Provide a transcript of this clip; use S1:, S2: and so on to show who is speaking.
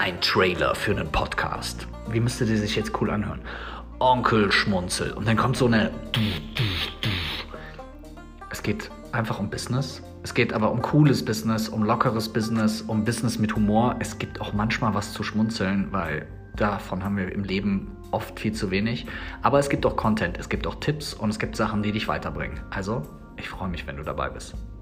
S1: ein Trailer für einen Podcast. Wie müsste der sich jetzt cool anhören? Onkel Schmunzel. Und dann kommt so eine... Es geht einfach um Business. Es geht aber um cooles Business, um lockeres Business, um Business mit Humor. Es gibt auch manchmal was zu schmunzeln, weil davon haben wir im Leben oft viel zu wenig. Aber es gibt auch Content, es gibt auch Tipps und es gibt Sachen, die dich weiterbringen. Also, ich freue mich, wenn du dabei bist.